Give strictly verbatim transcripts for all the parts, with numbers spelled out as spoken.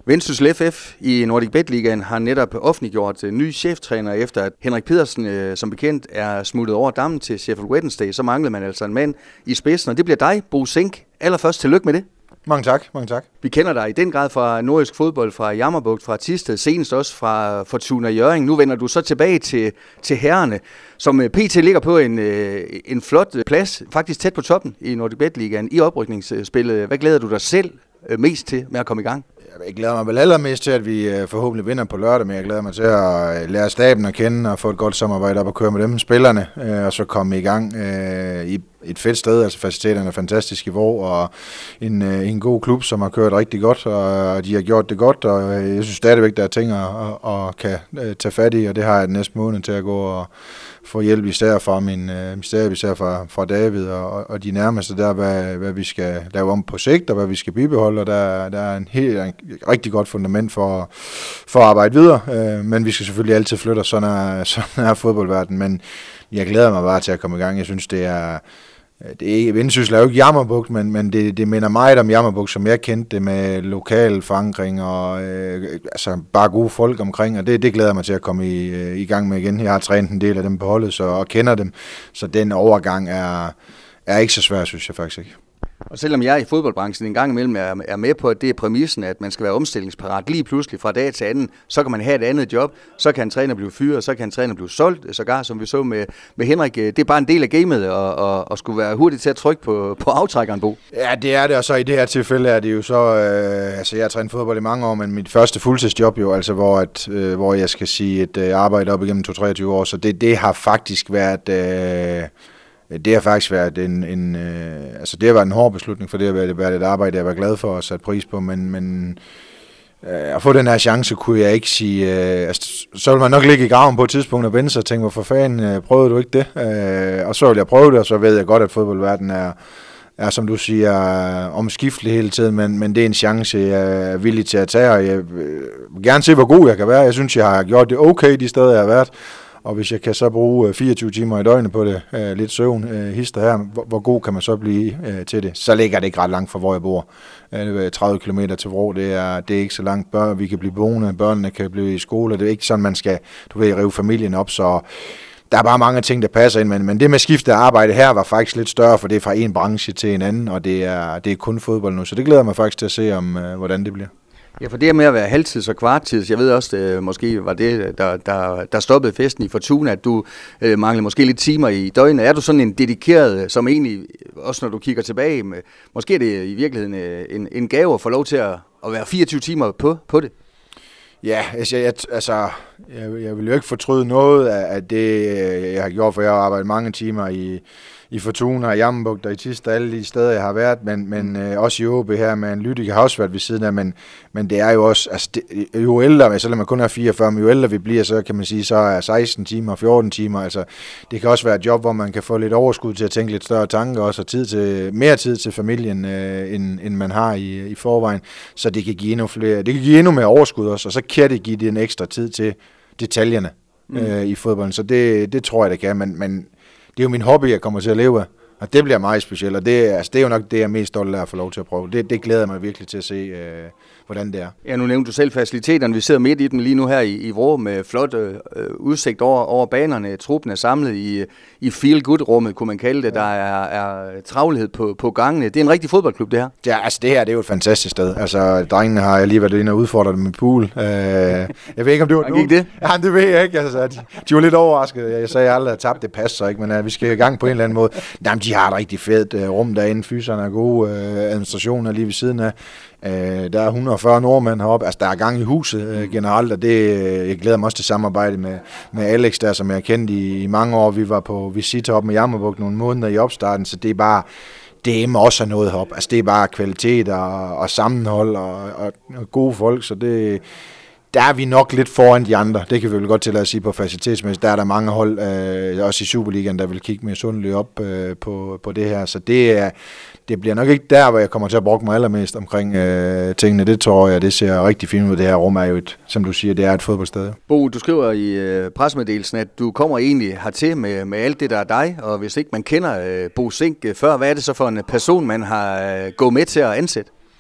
Vendsyssel F F i Nordic Bet Ligaen har netop offentliggjort ny cheftræner, efter at Henrik Pedersen, øh, som bekendt, er smuttet over dammen til Sheffield Wednesday. Så manglede man altså en mand i spidsen, og det bliver dig, Bo Zink. Allerførst tillykke med det. Mange tak, mange tak. Vi kender dig i den grad fra nordisk fodbold, fra Jammerbugt, fra Thisted, senest også fra Fortuna Hjørring. Nu vender du så tilbage til, til herrerne, som P T ligger på en, en flot plads, faktisk tæt på toppen i Nordic Bet Ligaen i oprykningsspillet. Hvad glæder du dig selv mest til med at komme i gang? Jeg glæder mig vel allermest til, at vi forhåbentlig vinder på lørdag, men jeg glæder mig til at lære staben at kende og få et godt samarbejde op og køre med dem, spillerne, og så komme i gang i et fedt sted. Altså faciliteterne er fantastisk i Vrå, og en, en god klub, som har kørt rigtig godt, og de har gjort det godt, og jeg synes stadigvæk, der er ting at, at, at kan tage fat i, og det har jeg den næste måned til at gå og få hjælp især fra min stab, især fra, fra David og, og de nærmeste der, hvad, hvad vi skal lave om på sigt, og hvad vi skal bibeholde, og der, der er en helt en rigtig godt fundament for, for at arbejde videre, men vi skal selvfølgelig altid flytte os, sådan er, sådan er fodboldverdenen, men jeg glæder mig bare til at komme i gang. Jeg synes, det er Det er Vendsyssel er jo ikke Jammerbugt, men, men det, det minder meget om Jammerbugt, som jeg kendte det, med lokal forankring og øh, altså bare gode folk omkring, og det, det glæder mig til at komme i, øh, i gang med igen. Jeg har trænet en del af dem på holdet, så, og kender dem, så den overgang er, er ikke så svær, synes jeg faktisk ikke. Og selvom jeg i fodboldbranchen en gang imellem er, er med på, at det er præmissen, at man skal være omstillingsparat lige pludselig fra dag til anden, så kan man have et andet job, så kan en træner blive fyret, så kan en træner blive solgt, sågar som vi så med, med Henrik. Det er bare en del af gamet og, og, og skulle være hurtigt til at trykke på, på aftrækkeren, Bo. Ja, det er det, og så i det her tilfælde er det jo så, øh, altså jeg har trænet fodbold i mange år, men mit første fuldtidsjob jo, altså hvor, at, øh, hvor jeg skal sige et øh, arbejde op igennem to til treogtyve år, så det, det har faktisk været... Øh, Det har faktisk været en, en øh, altså det har været en hård beslutning, for det har været, været et arbejde, jeg var glad for og sat pris på, men, men øh, at få den her chance, kunne jeg ikke sige, øh, altså, så vil man nok ligge i graven på et tidspunkt og vende sig og tænke, hvorfor fanden øh, prøvede du ikke det? Øh, og så vil jeg prøve det, og så ved jeg godt, at fodboldverdenen er, er som du siger, omskiftelig hele tiden, men, men det er en chance, jeg er villig til at tage, og jeg vil gerne se, hvor god jeg kan være. Jeg synes, jeg har gjort det okay de steder, jeg har været. Og hvis jeg kan så bruge fireogtyve timer i døgnet på det, øh, lidt søvn, øh, hister her, hvor, hvor god kan man så blive øh, til det? Så ligger det ikke ret langt fra, hvor jeg bor. Øh, tredive kilometer til Vrå, det er, det er ikke så langt. Børn, vi kan blive boende, børnene kan blive i skole, det er ikke sådan, man skal, du ved, rive familien op, så der er bare mange ting, der passer ind, men, men det med skifte af arbejde her var faktisk lidt større, for det er fra en branche til en anden, og det er, det er kun fodbold nu, så det glæder mig faktisk til at se, om øh, hvordan det bliver. Ja, for det med at være halvtids og kvarttids, jeg ved også, det måske var det, der, der, der stoppede festen i Fortuna, at du øh, manglede måske lidt timer i døgnet. Er du sådan en dedikeret, som egentlig, også når du kigger tilbage, med, måske er det i virkeligheden en, en gave at få lov til at, at være fireogtyve timer på, på det? Ja, altså, jeg, altså jeg, jeg vil jo ikke fortryde noget af det, jeg har gjort, for jeg har arbejdet mange timer i, i Fortuna og Jammerbugt og i Thisted, alle de steder, jeg har været, men, men øh, også i O B her med en Lydik har også været ved siden af, men, men det er jo også, altså det, jo ældre, selvom man kun er fireogfyrre, men jo ældre vi bliver, så kan man sige, så er seksten timer, fjorten timer, altså det kan også være et job, hvor man kan få lidt overskud til at tænke lidt større tanker, også og tid til, mere tid til familien, øh, end, end man har i, i forvejen, så det kan give endnu flere, det kan give endnu mere overskud også, og så kan det give det en ekstra tid til detaljerne mm. øh, i fodbolden, så det, det tror jeg, det kan, men, men det er jo min hobby, jeg kommer til at leve af, og det bliver meget specielt, og det, altså, det er jo nok det, jeg er mest stolt af at få lov til at prøve. Det, det glæder mig virkelig til at se, øh, hvordan det er. Ja, nu nævnte du selv faciliteterne. Vi sidder midt i den lige nu her i, i Vrå med flot øh, udsigt over, over banerne. Truppen er samlet i, i feel-good-rummet, kunne man kalde det. Der er, er travlhed på, på gangene. Det er en rigtig fodboldklub, det her. Ja, altså det her, det er jo et fantastisk sted. Altså, drengene har jeg lige været inde og udfordret dem med pool. Øh, jeg ved ikke, om det var nu. det? Ja, det ved jeg ikke. Altså, de, de var lidt overrasket. Jeg sagde aldrig, at tabt, det passer ikke, men uh, vi skal i gang på en eller anden måde. Jamen, de har et rigtig fedt uh, rum derinde. Fyserne er gode, uh, administrationen er lige ved siden af. Uh, der er et hundrede og fyrre nordmænd heroppe. Altså, der er gang i huset uh, generelt, og det, uh, jeg glæder mig også til samarbejde med, med Alex der, som jeg har kendt i, i mange år. Vi var på visit heroppe med Jammerbugt nogle måneder i opstarten, så det er bare... Det er også noget heroppe. Altså, det er bare kvalitet og, og sammenhold og, og, og gode folk, så det... Der er vi nok lidt foran de andre. Det kan vi vel godt til at sige på facilitetsmæssigt. Der er der mange hold, øh, også i Superligaen, der vil kigge mere sundeligt op øh, på, på det her. Så det, er, det bliver nok ikke der, hvor jeg kommer til at bruge mig allermest omkring øh, tingene. Det tror jeg, det ser rigtig fint ud. Det her rum er jo et, som du siger, det er et fodboldsted. Bo, du skriver i øh, pressemeddelelsen, at du kommer egentlig hertil med, med alt det, der er dig. Og hvis ikke man kender øh, Bo Zink før, hvad er det så for en person, man har øh, gået med til at ansætte?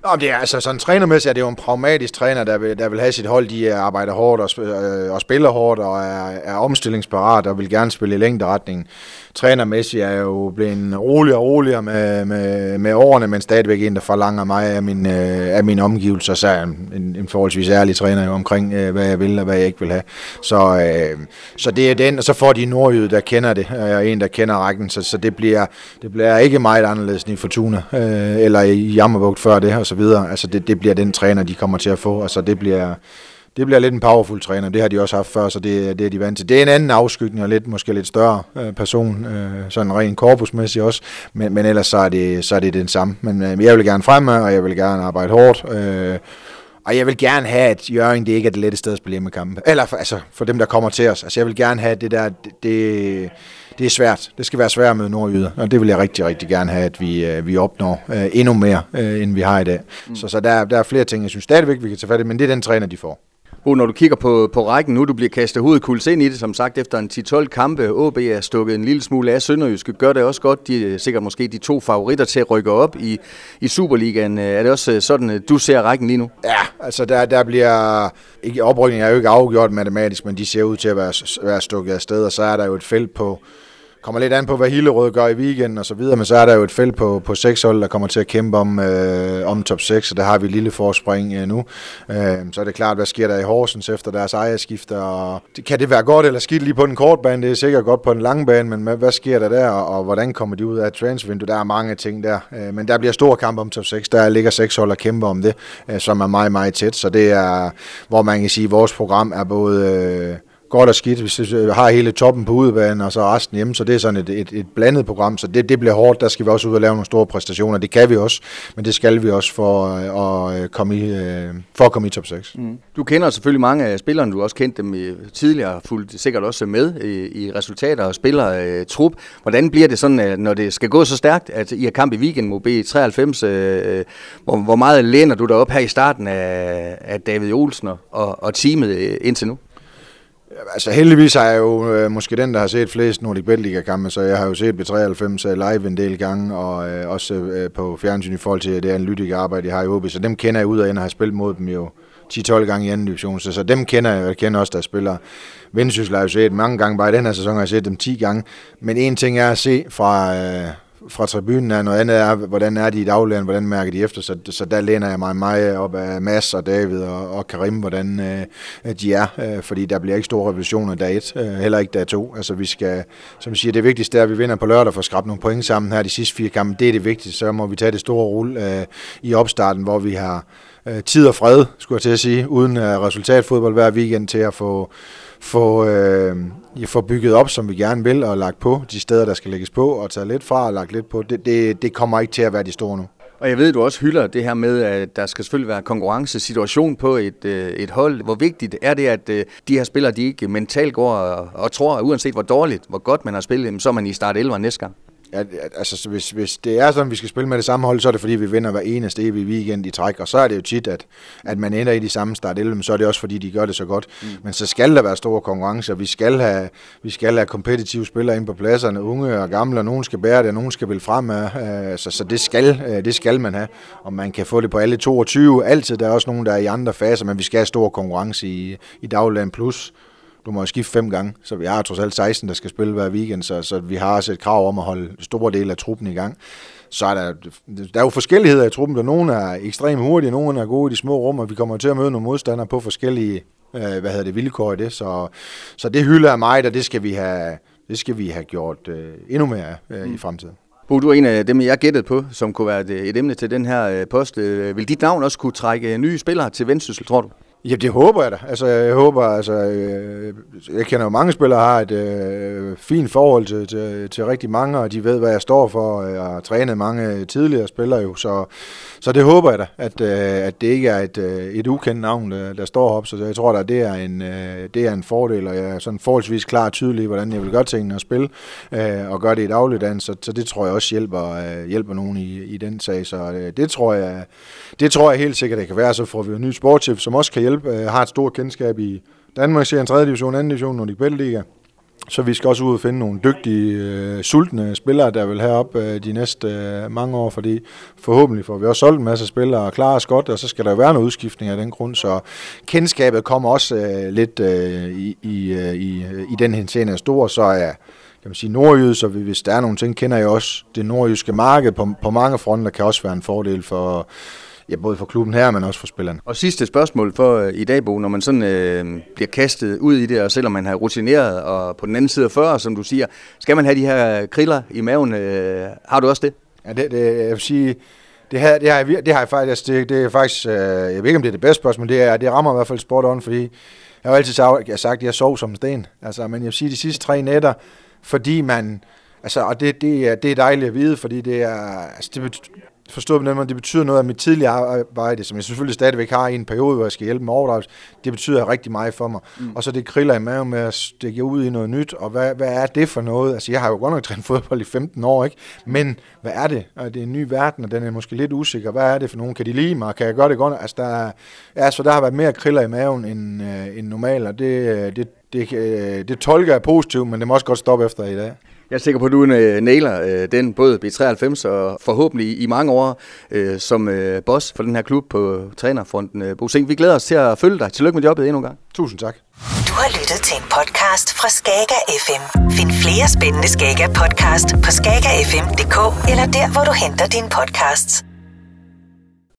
Nå, det er altså sådan trænermæssigt, er det jo en pragmatisk træner, der vil, der vil have sit hold, de arbejder hårdt og, og spiller hårdt og er, er omstillingsparat og vil gerne spille i længderetningen. Trænermæssigt er jeg jo blevet roligere og roligere med, med, med årene, men stadigvæk en, der forlanger mig af min, af mine omgivelser, så er jeg en, en forholdsvis ærlig træner jo omkring, hvad jeg vil og hvad jeg ikke vil have. Så, øh, så det er den, og så får de nordjyde, der kender det, og en, der kender rækken, så, så det, bliver, det bliver ikke meget anderledes end i Fortuna, øh, eller i Jammerbugt før det, og så videre. Altså det, det bliver den træner, de kommer til at få, og så det bliver... Det bliver lidt en powerful træner, det har de også haft før, så det, det er de vant til. Det er en anden afskygning og lidt, måske lidt større øh, person, øh, sådan rent korpusmæssigt også, men, men ellers så er, det, så er det den samme. Men øh, jeg vil gerne fremad, og jeg vil gerne arbejde hårdt, øh, og jeg vil gerne have, at Hjørring, det ikke er det lette sted at spille hjemmekampe. Eller for, altså, for dem, der kommer til os. Altså jeg vil gerne have det der, det, det, det er svært. Det skal være svært at møde nordjyder, og det vil jeg rigtig, rigtig gerne have, at vi, øh, vi opnår øh, endnu mere, øh, end vi har i dag. Mm. Så, så der, der er flere ting, jeg synes stadigvæk, vi kan tage fat i, men det er den træner, de får. Bo, når du kigger på, på rækken nu, du bliver kastet hovedkuls ind i det, som sagt, efter en ti tolv kampe. A B er stukket en lille smule af Sønderjyske, gør det også godt. De er sikkert måske de to favoritter til at rykke op i, i Superligaen. Er det også sådan, du ser rækken lige nu? Ja, altså der, der bliver... Ikke, oprykningen er jo ikke afgjort matematisk, men de ser ud til at være, være stukket af sted, og så er der jo et felt på... Kommer lidt an på, hvad Hillerød gør i weekenden og så videre, men så er der jo et felt på, på seks hold, der kommer til at kæmpe om, øh, om top seks, og der har vi et lille forspring øh, nu. Øh, så er det klart, hvad sker der i Horsens efter deres ejerskifter, og det, kan det være godt eller skidt lige på den korte bane? Det er sikkert godt på den lange bane, men hvad, hvad sker der der, og, og hvordan kommer de ud af transfervinduet? Der er mange ting der, øh, men der bliver store kampe om top seks, der ligger seks hold og kæmper om det, øh, som er meget, meget tæt, så det er, hvor man kan sige, at vores program er både... Øh, godt og skidt, hvis vi har hele toppen på udebanen, og så resten hjemme, så det er sådan et, et, et blandet program, så det, det bliver hårdt, der skal vi også ud og lave nogle store præstationer, det kan vi også, men det skal vi også for at komme i, for at komme i top seks. Mm. Du kender selvfølgelig mange af spillerne, du har også kendt dem tidligere, fulgt sikkert også med i, i resultater og spiller uh, trup. Hvordan bliver det sådan, når det skal gå så stærkt, at I har kamp i weekend mod B treoghalvfems, uh, hvor, hvor meget læner du dig op her i starten af, af David Olsen og, og teamet uh, indtil nu? Altså heldigvis er jeg jo øh, måske den, der har set flest Nordic Bet-liga-kampe, så jeg har jo set B treoghalvfems live en del gange, og øh, også øh, på fjernsyn i forhold til det analytikerarbejde, jeg har i O B, så dem kender jeg ud af, og har spillet mod dem jo ti tolv gange i anden division, så, så dem kender jeg, og jeg kender også, der spiller. Vendsyssel har jeg jo set mange gange, bare i den her sæson har jeg set dem ti gange, men en ting er at se fra... Øh, fra tribunen er noget andet er, hvordan er de i dagligdagen, hvordan mærker de efter, så, så der læner jeg mig meget op af Mads og David og, og Karim, hvordan øh, de er, øh, fordi der bliver ikke store revolutioner dag et, øh, heller ikke dag to, altså vi skal, som siger, det vigtigste er, at vi vinder på lørdag for at skrabe nogle point sammen her de sidste fire kampe, det er det vigtigste, så må vi tage det store rulle øh, i opstarten, hvor vi har øh, tid og fred, skulle jeg til at sige, uden øh, resultatfodbold hver weekend til at få få, øh, få bygget op, som vi gerne vil, og lagt på de steder, der skal lægges på, og tage lidt fra og lagt lidt på. Det, det, det kommer ikke til at være de store nu. Og jeg ved, du også hylder det her med, at der skal selvfølgelig være konkurrencesituation på et, et hold. Hvor vigtigt er det, at de her spillere, de ikke mentalt går og, og tror, at uanset hvor dårligt, hvor godt man har spillet, så er man i start elleve næste gang? Ja, altså hvis, hvis det er sådan, at vi skal spille med det samme hold, så er det fordi, vi vinder hver eneste evig weekend i træk, og så er det jo tit, at, at man ender i de samme start elleve, men så er det også fordi, de gør det så godt. Mm. Men så skal der være store konkurrencer, vi skal have, vi skal have kompetitive spillere ind på pladserne, unge og gamle, og nogen skal bære det, og nogen skal vil fremad, så, så det, skal, det skal man have, og man kan få det på alle toogtyve, altid, der er også nogen, der er i andre faser, men vi skal have stor konkurrence i, i dagligdagen plus. Du må jo skifte fem gange, så vi har trods alt seksten, der skal spille hver weekend, så, så vi har også et krav om at holde store dele af truppen i gang. Så er der, der er jo forskelligheder i truppen, der nogle er ekstremt hurtige, nogle er gode i de små rum, og vi kommer til at møde nogle modstandere på forskellige øh, hvad hedder det, vilkår i det. Så, så det hylder af mig, og det skal vi have, det skal vi have gjort øh, endnu mere øh, mm. i fremtiden. Bo, du er en af dem, jeg gættede på, som kunne være et, et emne til den her post. Vil dit navn også kunne trække nye spillere til Vendsyssel, tror du? Ja, det håber jeg da. Altså, jeg håber, altså, øh, jeg kender jo mange spillere, har et øh, fint forhold til, til, til rigtig mange, og de ved, hvad jeg står for. Jeg har trænet mange tidligere spillere jo, så, så det håber jeg da, at, øh, at det ikke er et, et ukendt navn, der, der står op. Så jeg tror da, det er en, øh, det er en fordel, og jeg er sådan forholdsvis klar og tydelig, hvordan jeg vil gøre tingene at spille, øh, og gøre det i dagligdagen, så, så det tror jeg også hjælper, øh, hjælper nogen i, i den sag. Så øh, det tror jeg, det tror jeg helt sikkert, det kan være. Så får vi en ny sportschef, som også kan hjælpe, har et stort kendskab i Danmark, ser en tredje division, anden division, Nordic Bet-liga. Så vi skal også ud og finde nogle dygtige, øh, sultne spillere, der vil have op øh, de næste øh, mange år, fordi forhåbentlig får vi også solgt en masse spillere og klarer os godt, og så skal der jo være noget udskiftning af den grund, så kendskabet kommer også øh, lidt øh, i, i, øh, i, i den henseende stor, så er kan man sige nordjyde, så hvis der er nogle ting, kender jeg også det nordjyske marked på, på mange fronter, kan også være en fordel for ja, både for klubben her, men også for spillerne. Og sidste spørgsmål for øh, i dag, Bo, når man sådan øh, bliver kastet ud i det, og selvom man har rutineret, og på den anden side fyrre, som du siger, skal man have de her kriller i maven? Øh, har du også det? Ja, det, det jeg vil sige, det her, det har jeg, det har jeg faktisk, det, det er faktisk, øh, jeg ved ikke, om det er det bedste spørgsmål, det, er, det rammer i hvert fald sport on, fordi jeg har jo altid sagt, jeg har sagt, at jeg sov som en sten, altså, men jeg vil sige, de sidste tre nætter, fordi man, altså, og det, det, er, det er dejligt at vide, fordi det er, altså, det betyder, forstået på den måde, det betyder noget af mit tidligere arbejde, som jeg selvfølgelig stadigvæk har i en periode, hvor jeg skal hjælpe med overdragelse. Det betyder rigtig meget for mig. Mm. Og så det kriller i maven med at stikke ud i noget nyt, og hvad, hvad er det for noget? Altså, jeg har jo godt nok trænet fodbold i femten år, ikke? Men hvad er det? Er det en ny verden, og den er måske lidt usikker. Hvad er det for nogen? Kan de lide mig? Kan jeg gøre det godt? Altså, der, er, altså, der har været mere kriller i maven end, øh, end normalt, og det, det, det, øh, det tolker jeg positivt, men det må også godt stoppe efter i dag. Jeg er sikker på, at du nailer øh, den, både B treoghalvfems og forhåbentlig i mange år øh, som øh, boss for den her klub på trænerfronten. Bo Zink, vi glæder os til at følge dig. Tillykke med jobbet endnu en gang. Tusind tak. Du har lyttet til en podcast fra Skager F M. Find flere spændende Skager podcast på skager f m punktum d k eller der, hvor du henter dine podcasts.